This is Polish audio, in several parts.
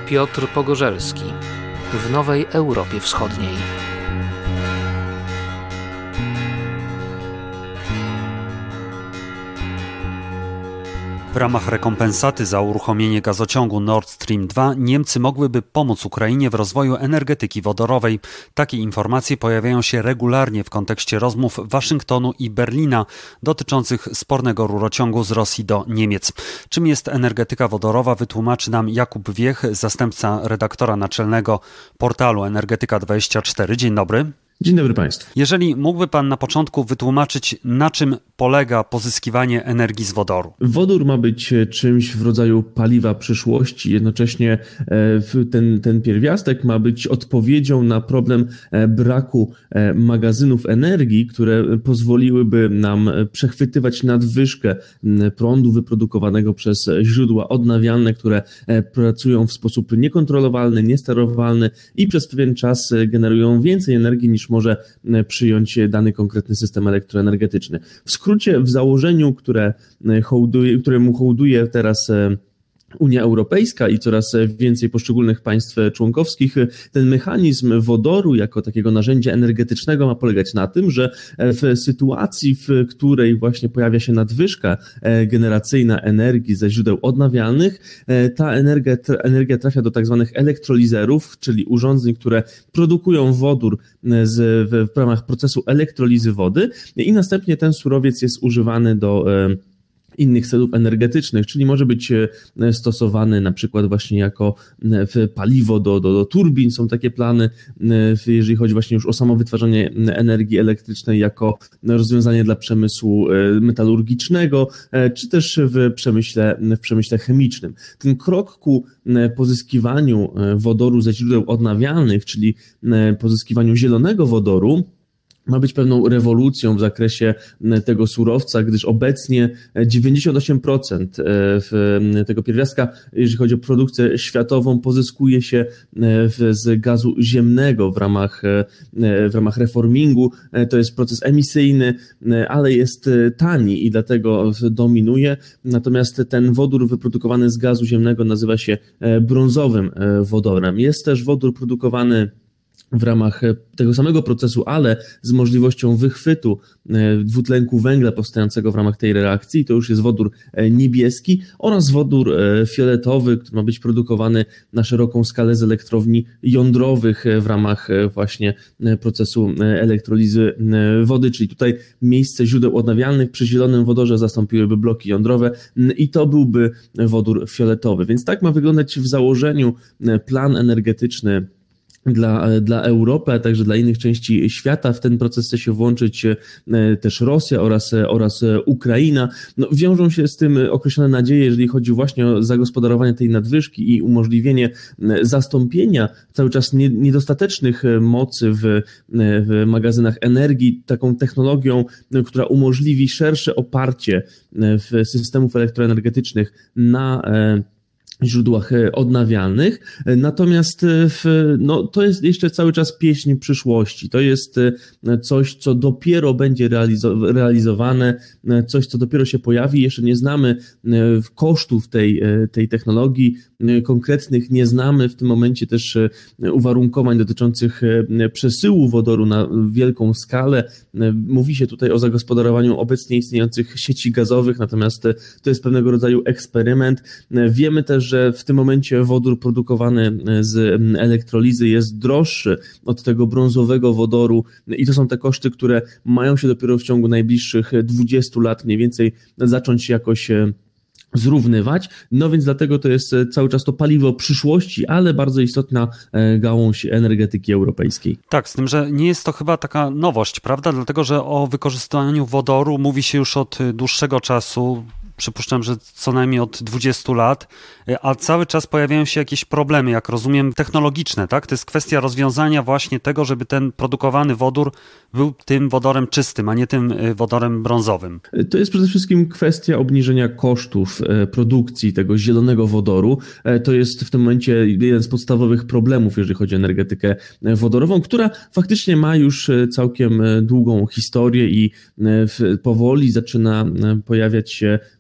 Piotr Pogorzelski w Nowej Europie Wschodniej. W ramach rekompensaty za uruchomienie gazociągu Nord Stream 2 Niemcy mogłyby pomóc Ukrainie w rozwoju energetyki wodorowej. Takie informacje pojawiają się regularnie w kontekście rozmów Waszyngtonu i Berlina dotyczących spornego rurociągu z Rosji do Niemiec. Czym jest energetyka wodorowa, wytłumaczy nam Jakub Wiech, zastępca redaktora naczelnego portalu Energetyka24. Dzień dobry. Dzień dobry Państwu. Jeżeli mógłby Pan na początku wytłumaczyć, na czym polega pozyskiwanie energii z wodoru? Wodór ma być czymś w rodzaju paliwa przyszłości. Jednocześnie ten pierwiastek ma być odpowiedzią na problem braku magazynów energii, które pozwoliłyby nam przechwytywać nadwyżkę prądu wyprodukowanego przez źródła odnawialne, które pracują w sposób niekontrolowalny, niesterowalny i przez pewien czas generują więcej energii niż może przyjąć dany konkretny system elektroenergetyczny. W skrócie, w założeniu, któremu hołduje teraz Unia Europejska i coraz więcej poszczególnych państw członkowskich, ten mechanizm wodoru jako takiego narzędzia energetycznego ma polegać na tym, że w sytuacji, w której właśnie pojawia się nadwyżka generacyjna energii ze źródeł odnawialnych, ta energia trafia do tak zwanych elektrolizerów, czyli urządzeń, które produkują wodór w ramach procesu elektrolizy wody i następnie ten surowiec jest używany do innych celów energetycznych, czyli może być stosowany na przykład właśnie jako paliwo do turbin, są takie plany, jeżeli chodzi właśnie już o samo wytwarzanie energii elektrycznej jako rozwiązanie dla przemysłu metalurgicznego, czy też w przemyśle chemicznym. Ten krok ku pozyskiwaniu wodoru ze źródeł odnawialnych, czyli pozyskiwaniu zielonego wodoru, ma być pewną rewolucją w zakresie tego surowca, gdyż obecnie 98% tego pierwiastka, jeżeli chodzi o produkcję światową, pozyskuje się z gazu ziemnego w ramach reformingu. To jest proces emisyjny, ale jest tani i dlatego dominuje. Natomiast ten wodór wyprodukowany z gazu ziemnego nazywa się brązowym wodorem. Jest też wodór produkowany w ramach tego samego procesu, ale z możliwością wychwytu dwutlenku węgla powstającego w ramach tej reakcji. To już jest wodór niebieski oraz wodór fioletowy, który ma być produkowany na szeroką skalę z elektrowni jądrowych w ramach właśnie procesu elektrolizy wody, czyli tutaj miejsce źródeł odnawialnych przy zielonym wodorze zastąpiłyby bloki jądrowe i to byłby wodór fioletowy. Więc tak ma wyglądać w założeniu plan energetyczny dla Europy, a także dla innych części świata. W ten proces chce się włączyć też Rosja oraz Ukraina. Wiążą się z tym określone nadzieje, jeżeli chodzi właśnie o zagospodarowanie tej nadwyżki i umożliwienie zastąpienia cały czas niedostatecznych mocy w magazynach energii taką technologią, która umożliwi szersze oparcie systemów elektroenergetycznych na źródłach odnawialnych, natomiast to jest jeszcze cały czas pieśń przyszłości. To jest coś, co dopiero będzie realizowane, coś, co dopiero się pojawi. Jeszcze nie znamy kosztów tej technologii konkretnych, nie znamy w tym momencie też uwarunkowań dotyczących przesyłu wodoru na wielką skalę. Mówi się tutaj o zagospodarowaniu obecnie istniejących sieci gazowych, natomiast to jest pewnego rodzaju eksperyment. Wiemy też, że w tym momencie wodór produkowany z elektrolizy jest droższy od tego brązowego wodoru i to są te koszty, które mają się dopiero w ciągu najbliższych 20 lat mniej więcej zacząć jakoś zrównywać, więc dlatego to jest cały czas to paliwo przyszłości, ale bardzo istotna gałąź energetyki europejskiej. Tak, z tym, że nie jest to chyba taka nowość, prawda? Dlatego, że o wykorzystaniu wodoru mówi się już od dłuższego czasu. Przypuszczam, że co najmniej od 20 lat, a cały czas pojawiają się jakieś problemy, jak rozumiem, technologiczne, tak? To jest kwestia rozwiązania właśnie tego, żeby ten produkowany wodór był tym wodorem czystym, a nie tym wodorem brązowym. To jest przede wszystkim kwestia obniżenia kosztów produkcji tego zielonego wodoru. To jest w tym momencie jeden z podstawowych problemów, jeżeli chodzi o energetykę wodorową, która faktycznie ma już całkiem długą historię i powoli zaczyna pojawiać się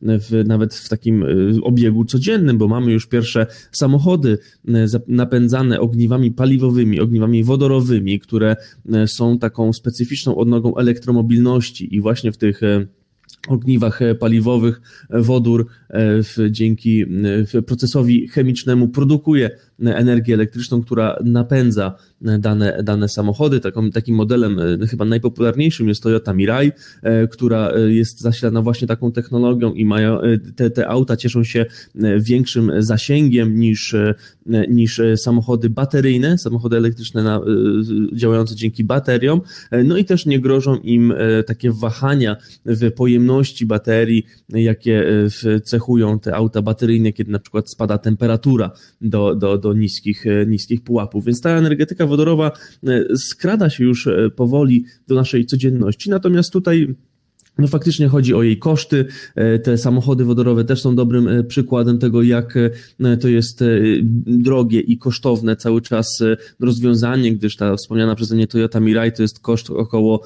nawet w takim obiegu codziennym, bo mamy już pierwsze samochody napędzane ogniwami paliwowymi, ogniwami wodorowymi, które są taką specyficzną odnogą elektromobilności i właśnie w tych ogniwach paliwowych wodór dzięki procesowi chemicznemu produkuje energię elektryczną, która napędza dane samochody. Takim modelem chyba najpopularniejszym jest Toyota Mirai, która jest zasilana właśnie taką technologią i te auta cieszą się większym zasięgiem niż samochody bateryjne, samochody elektryczne działające dzięki bateriom, no i też nie grożą im takie wahania w pojemności baterii, jakie cechują te auta bateryjne, kiedy na przykład spada temperatura do niskich pułapów. Więc ta energetyka wodorowa skrada się już powoli do naszej codzienności, natomiast tutaj faktycznie chodzi o jej koszty. Te samochody wodorowe też są dobrym przykładem tego, jak to jest drogie i kosztowne cały czas rozwiązanie, gdyż ta wspomniana przeze mnie Toyota Mirai to jest koszt około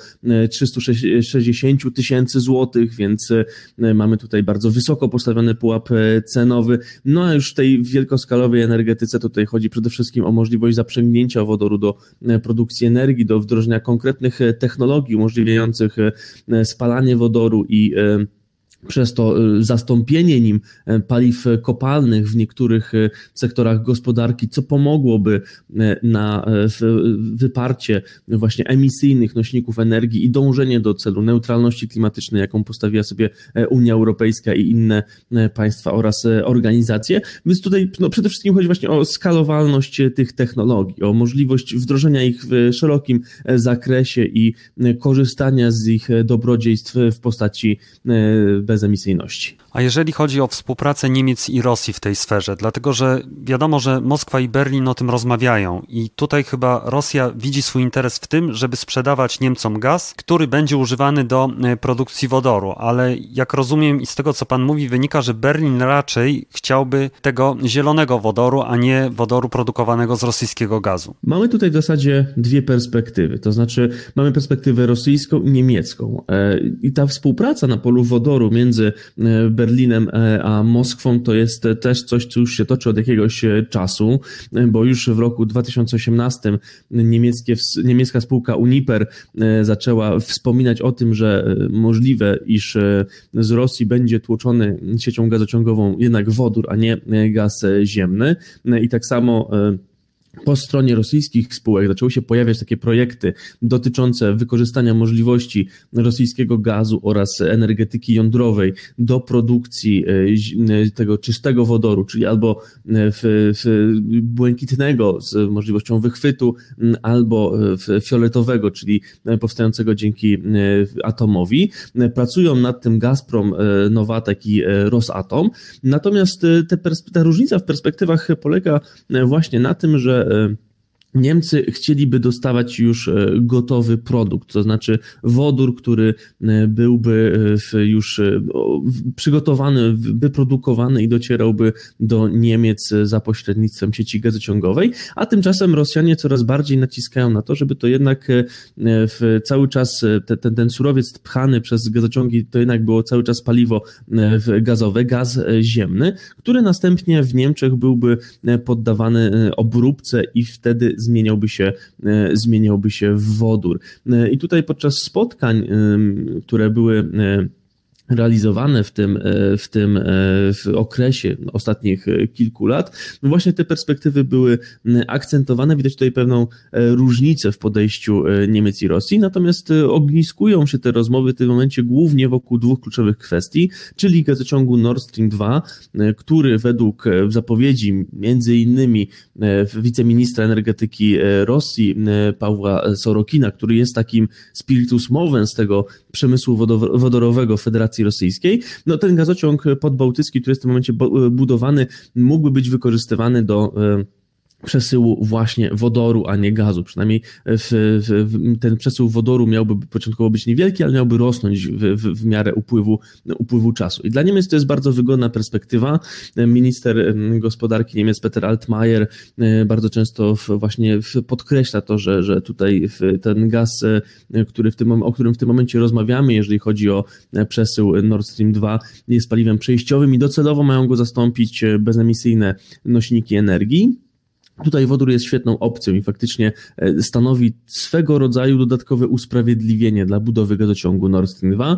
360 000 złotych, więc mamy tutaj bardzo wysoko postawiony pułap cenowy. No a już w tej wielkoskalowej energetyce tutaj chodzi przede wszystkim o możliwość zaprzęgnięcia wodoru do produkcji energii, do wdrożenia konkretnych technologii umożliwiających spalanie wodoru i przez to zastąpienie nim paliw kopalnych w niektórych sektorach gospodarki, co pomogłoby na wyparcie właśnie emisyjnych nośników energii i dążenie do celu neutralności klimatycznej, jaką postawiła sobie Unia Europejska i inne państwa oraz organizacje. Więc tutaj przede wszystkim chodzi właśnie o skalowalność tych technologii, o możliwość wdrożenia ich w szerokim zakresie i korzystania z ich dobrodziejstw w postaci bezemisyjności. A jeżeli chodzi o współpracę Niemiec i Rosji w tej sferze, dlatego że wiadomo, że Moskwa i Berlin o tym rozmawiają i tutaj chyba Rosja widzi swój interes w tym, żeby sprzedawać Niemcom gaz, który będzie używany do produkcji wodoru, ale jak rozumiem i z tego, co pan mówi, wynika, że Berlin raczej chciałby tego zielonego wodoru, a nie wodoru produkowanego z rosyjskiego gazu. Mamy tutaj w zasadzie dwie perspektywy, to znaczy mamy perspektywę rosyjską i niemiecką i ta współpraca na polu wodoru między Berlinem a Moskwą to jest też coś, co już się toczy od jakiegoś czasu, bo już w roku 2018 niemiecka spółka Uniper zaczęła wspominać o tym, że możliwe, iż z Rosji będzie tłoczony siecią gazociągową jednak wodór, a nie gaz ziemny. I tak samo po stronie rosyjskich spółek zaczęły się pojawiać takie projekty dotyczące wykorzystania możliwości rosyjskiego gazu oraz energetyki jądrowej do produkcji tego czystego wodoru, czyli albo błękitnego z możliwością wychwytu, albo fioletowego, różowego, czyli powstającego dzięki atomowi. Pracują nad tym Gazprom, Nowatek i Rosatom. Natomiast ta różnica w perspektywach polega właśnie na tym, że Niemcy chcieliby dostawać już gotowy produkt, to znaczy wodór, który byłby już przygotowany, wyprodukowany i docierałby do Niemiec za pośrednictwem sieci gazociągowej, a tymczasem Rosjanie coraz bardziej naciskają na to, żeby to jednak cały czas ten surowiec pchany przez gazociągi to jednak było cały czas paliwo gazowe, gaz ziemny, który następnie w Niemczech byłby poddawany obróbce i wtedy zmieniałby się w wodór. I tutaj podczas spotkań, które były realizowane w okresie ostatnich kilku lat, no właśnie te perspektywy były akcentowane. Widać tutaj pewną różnicę w podejściu Niemiec i Rosji, natomiast ogniskują się te rozmowy w tym momencie głównie wokół dwóch kluczowych kwestii, czyli gazociągu Nord Stream 2, który według zapowiedzi między innymi wiceministra energetyki Rosji Pawła Sorokina, który jest takim spiritus movens tego przemysłu wodorowego Federacji Rosyjskiej, no ten gazociąg podbałtycki, który jest w tym momencie budowany, mógłby być wykorzystywany do przesyłu właśnie wodoru, a nie gazu. Przynajmniej ten przesył wodoru miałby początkowo być niewielki, ale miałby rosnąć w miarę upływu czasu. I dla Niemiec to jest bardzo wygodna perspektywa. Minister gospodarki Niemiec Peter Altmaier bardzo często właśnie podkreśla to, że tutaj ten gaz, o którym w tym momencie rozmawiamy, jeżeli chodzi o przesył Nord Stream 2, jest paliwem przejściowym i docelowo mają go zastąpić bezemisyjne nośniki energii. Tutaj wodór jest świetną opcją i faktycznie stanowi swego rodzaju dodatkowe usprawiedliwienie dla budowy gazociągu Nord Stream 2.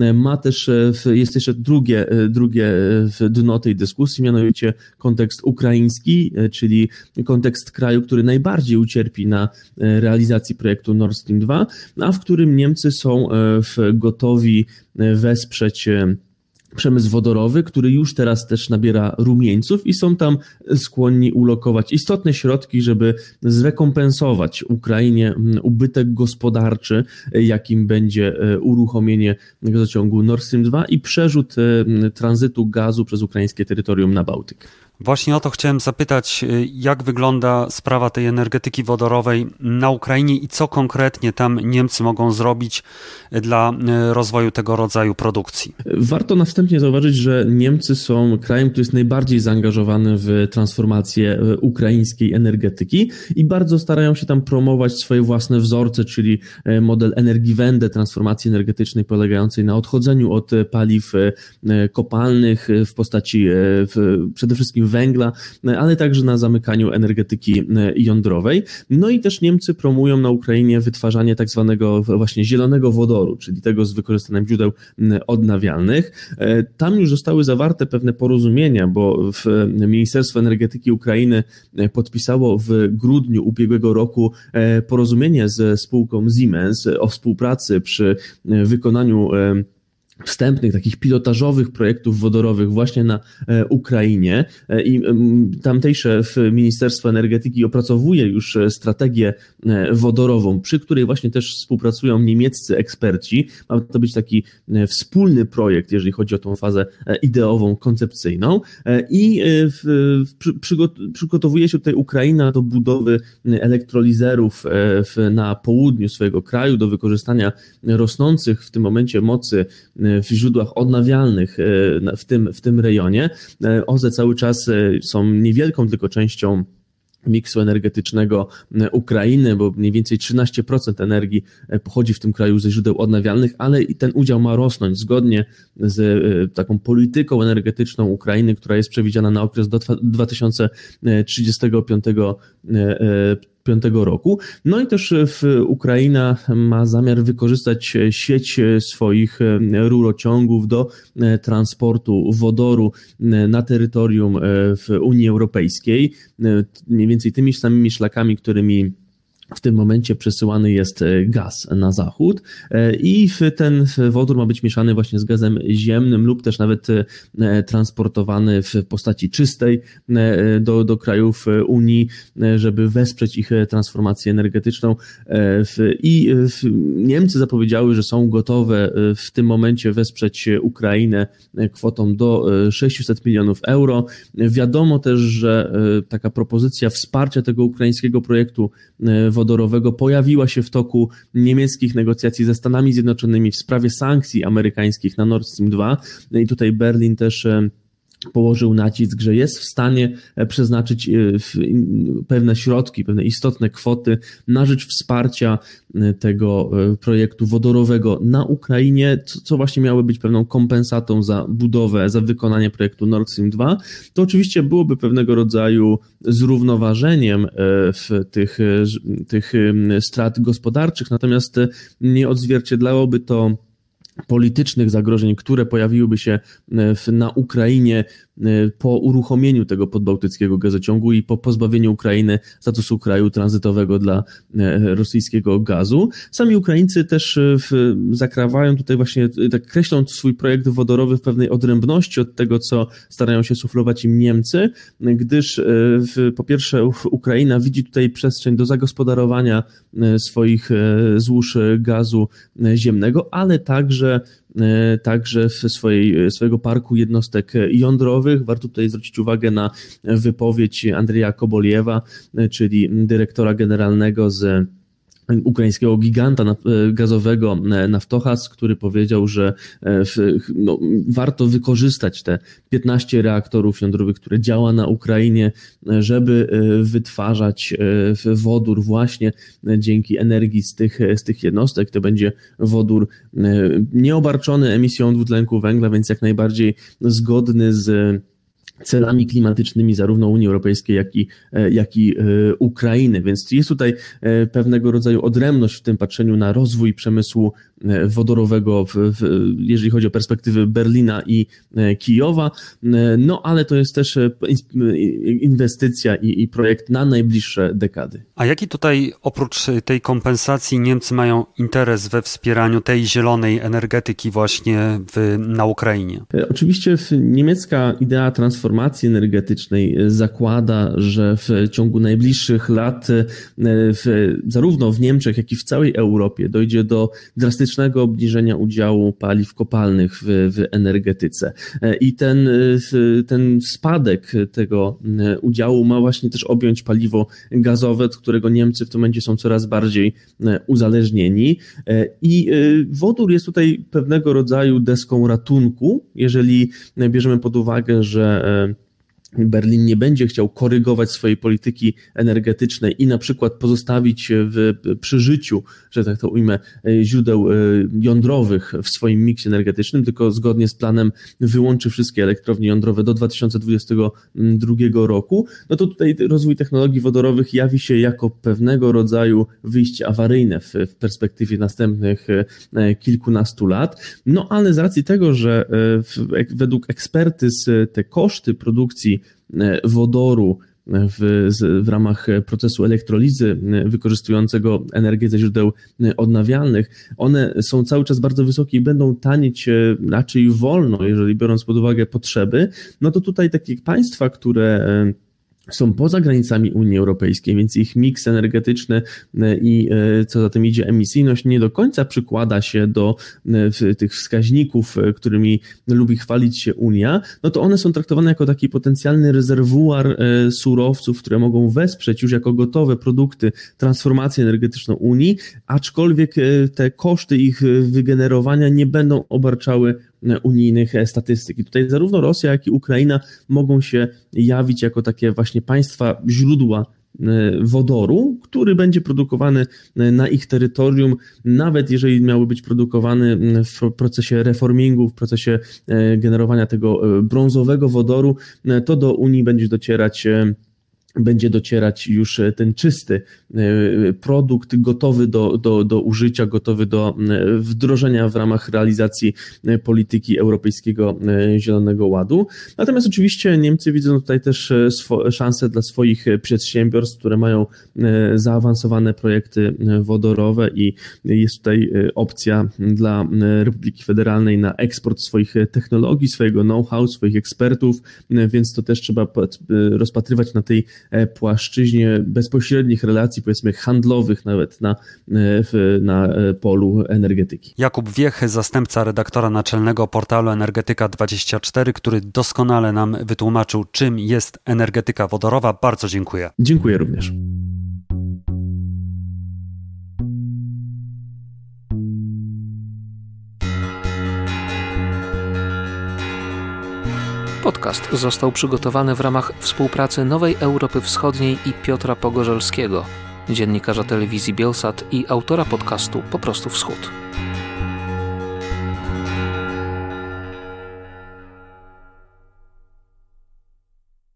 Jest jeszcze drugie dno tej dyskusji, mianowicie kontekst ukraiński, czyli kontekst kraju, który najbardziej ucierpi na realizacji projektu Nord Stream 2, a w którym Niemcy są gotowi wesprzeć przemysł wodorowy, który już teraz też nabiera rumieńców i są tam skłonni ulokować istotne środki, żeby zrekompensować Ukrainie ubytek gospodarczy, jakim będzie uruchomienie gazociągu Nord Stream 2 i przerzut tranzytu gazu przez ukraińskie terytorium na Bałtyk. Właśnie o to chciałem zapytać, jak wygląda sprawa tej energetyki wodorowej na Ukrainie i co konkretnie tam Niemcy mogą zrobić dla rozwoju tego rodzaju produkcji? Warto na wstępie zauważyć, że Niemcy są krajem, który jest najbardziej zaangażowany w transformację ukraińskiej energetyki i bardzo starają się tam promować swoje własne wzorce, czyli model Energiewende, transformacji energetycznej polegającej na odchodzeniu od paliw kopalnych w postaci przede wszystkim węgla, ale także na zamykaniu energetyki jądrowej. No i też Niemcy promują na Ukrainie wytwarzanie tak zwanego właśnie zielonego wodoru, czyli tego z wykorzystaniem źródeł odnawialnych. Tam już zostały zawarte pewne porozumienia, bo Ministerstwo Energetyki Ukrainy podpisało w grudniu ubiegłego roku porozumienie ze spółką Siemens o współpracy przy wykonaniu wstępnych, takich pilotażowych projektów wodorowych właśnie na Ukrainie i tamtejsze Ministerstwo Energetyki opracowuje już strategię wodorową, przy której właśnie też współpracują niemieccy eksperci. Ma to być taki wspólny projekt, jeżeli chodzi o tą fazę ideową, koncepcyjną i przygotowuje się tutaj Ukraina do budowy elektrolizerów na południu swojego kraju, do wykorzystania rosnących w tym momencie mocy w źródłach odnawialnych w tym rejonie. OZE cały czas są niewielką tylko częścią miksu energetycznego Ukrainy, bo mniej więcej 13% energii pochodzi w tym kraju ze źródeł odnawialnych, ale i ten udział ma rosnąć zgodnie z taką polityką energetyczną Ukrainy, która jest przewidziana na okres do 2035 roku. No i też Ukraina ma zamiar wykorzystać sieć swoich rurociągów do transportu wodoru na terytorium w Unii Europejskiej, mniej więcej tymi samymi szlakami, którymi w tym momencie przesyłany jest gaz na zachód i ten wodór ma być mieszany właśnie z gazem ziemnym lub też nawet transportowany w postaci czystej do krajów Unii, żeby wesprzeć ich transformację energetyczną. I Niemcy zapowiedziały, że są gotowe w tym momencie wesprzeć Ukrainę kwotą do 600 milionów euro. Wiadomo też, że taka propozycja wsparcia tego ukraińskiego projektu wodorowego pojawiła się w toku niemieckich negocjacji ze Stanami Zjednoczonymi w sprawie sankcji amerykańskich na Nord Stream 2 i tutaj Berlin też położył nacisk, że jest w stanie przeznaczyć pewne środki, pewne istotne kwoty na rzecz wsparcia tego projektu wodorowego na Ukrainie, co właśnie miało być pewną kompensatą za budowę, za wykonanie projektu Nord Stream 2. To oczywiście byłoby pewnego rodzaju zrównoważeniem w tych strat gospodarczych, natomiast nie odzwierciedlałoby to politycznych zagrożeń, które pojawiłyby się na Ukrainie po uruchomieniu tego podbałtyckiego gazociągu i po pozbawieniu Ukrainy statusu kraju tranzytowego dla rosyjskiego gazu. Sami Ukraińcy też zakrawają tutaj właśnie, tak kreślą swój projekt wodorowy w pewnej odrębności od tego, co starają się suflować im Niemcy, gdyż po pierwsze Ukraina widzi tutaj przestrzeń do zagospodarowania swoich złóż gazu ziemnego, ale także także w swojego parku jednostek jądrowych. Warto tutaj zwrócić uwagę na wypowiedź Andrzeja Koboliewa, czyli dyrektora generalnego z ukraińskiego giganta gazowego Naftogaz, który powiedział, że warto wykorzystać te 15 reaktorów jądrowych, które działa na Ukrainie, żeby wytwarzać wodór właśnie dzięki energii z tych jednostek. To będzie wodór nieobarczony emisją dwutlenku węgla, więc jak najbardziej zgodny z celami klimatycznymi zarówno Unii Europejskiej, jak i Ukrainy. Więc jest tutaj pewnego rodzaju odrębność w tym patrzeniu na rozwój przemysłu wodorowego, jeżeli chodzi o perspektywy Berlina i Kijowa, ale to jest też inwestycja i projekt na najbliższe dekady. A jaki tutaj oprócz tej kompensacji Niemcy mają interes we wspieraniu tej zielonej energetyki właśnie na Ukrainie? Oczywiście niemiecka idea transformacji energetycznej zakłada, że w ciągu najbliższych lat zarówno w Niemczech, jak i w całej Europie dojdzie do drastycznego obniżenia udziału paliw kopalnych w energetyce. I ten spadek tego udziału ma właśnie też objąć paliwo gazowe, od którego Niemcy w tym momencie są coraz bardziej uzależnieni. I wodór jest tutaj pewnego rodzaju deską ratunku, jeżeli bierzemy pod uwagę, że Berlin nie będzie chciał korygować swojej polityki energetycznej i na przykład pozostawić przy życiu, że tak to ujmę, źródeł jądrowych w swoim miksie energetycznym, tylko zgodnie z planem wyłączy wszystkie elektrownie jądrowe do 2022 roku, no to tutaj rozwój technologii wodorowych jawi się jako pewnego rodzaju wyjście awaryjne w perspektywie następnych kilkunastu lat. No ale z racji tego, że według ekspertyz te koszty produkcji wodoru w ramach procesu elektrolizy wykorzystującego energię ze źródeł odnawialnych, one są cały czas bardzo wysokie i będą tanieć raczej wolno, jeżeli biorąc pod uwagę potrzeby, no to tutaj takie państwa, które są poza granicami Unii Europejskiej, więc ich miks energetyczny i co za tym idzie emisyjność nie do końca przykłada się do tych wskaźników, którymi lubi chwalić się Unia, no to one są traktowane jako taki potencjalny rezerwuar surowców, które mogą wesprzeć już jako gotowe produkty transformację energetyczną Unii, aczkolwiek te koszty ich wygenerowania nie będą obarczały unijnych statystyk. I tutaj zarówno Rosja, jak i Ukraina mogą się jawić jako takie właśnie państwa źródła wodoru, który będzie produkowany na ich terytorium, nawet jeżeli miałby być produkowany w procesie reformingu, w procesie generowania tego brązowego wodoru, to do Unii będzie docierać już ten czysty produkt gotowy do użycia, gotowy do wdrożenia w ramach realizacji polityki Europejskiego Zielonego Ładu. Natomiast oczywiście Niemcy widzą tutaj też szanse dla swoich przedsiębiorstw, które mają zaawansowane projekty wodorowe i jest tutaj opcja dla Republiki Federalnej na eksport swoich technologii, swojego know-how, swoich ekspertów, więc to też trzeba rozpatrywać na tej płaszczyźnie bezpośrednich relacji, powiedzmy handlowych nawet na polu energetyki. Jakub Wiech, zastępca redaktora naczelnego portalu Energetyka24, który doskonale nam wytłumaczył, czym jest energetyka wodorowa. Bardzo dziękuję. Dziękuję również. Podcast został przygotowany w ramach współpracy Nowej Europy Wschodniej i Piotra Pogorzelskiego, dziennikarza telewizji Bielsat i autora podcastu Po prostu Wschód.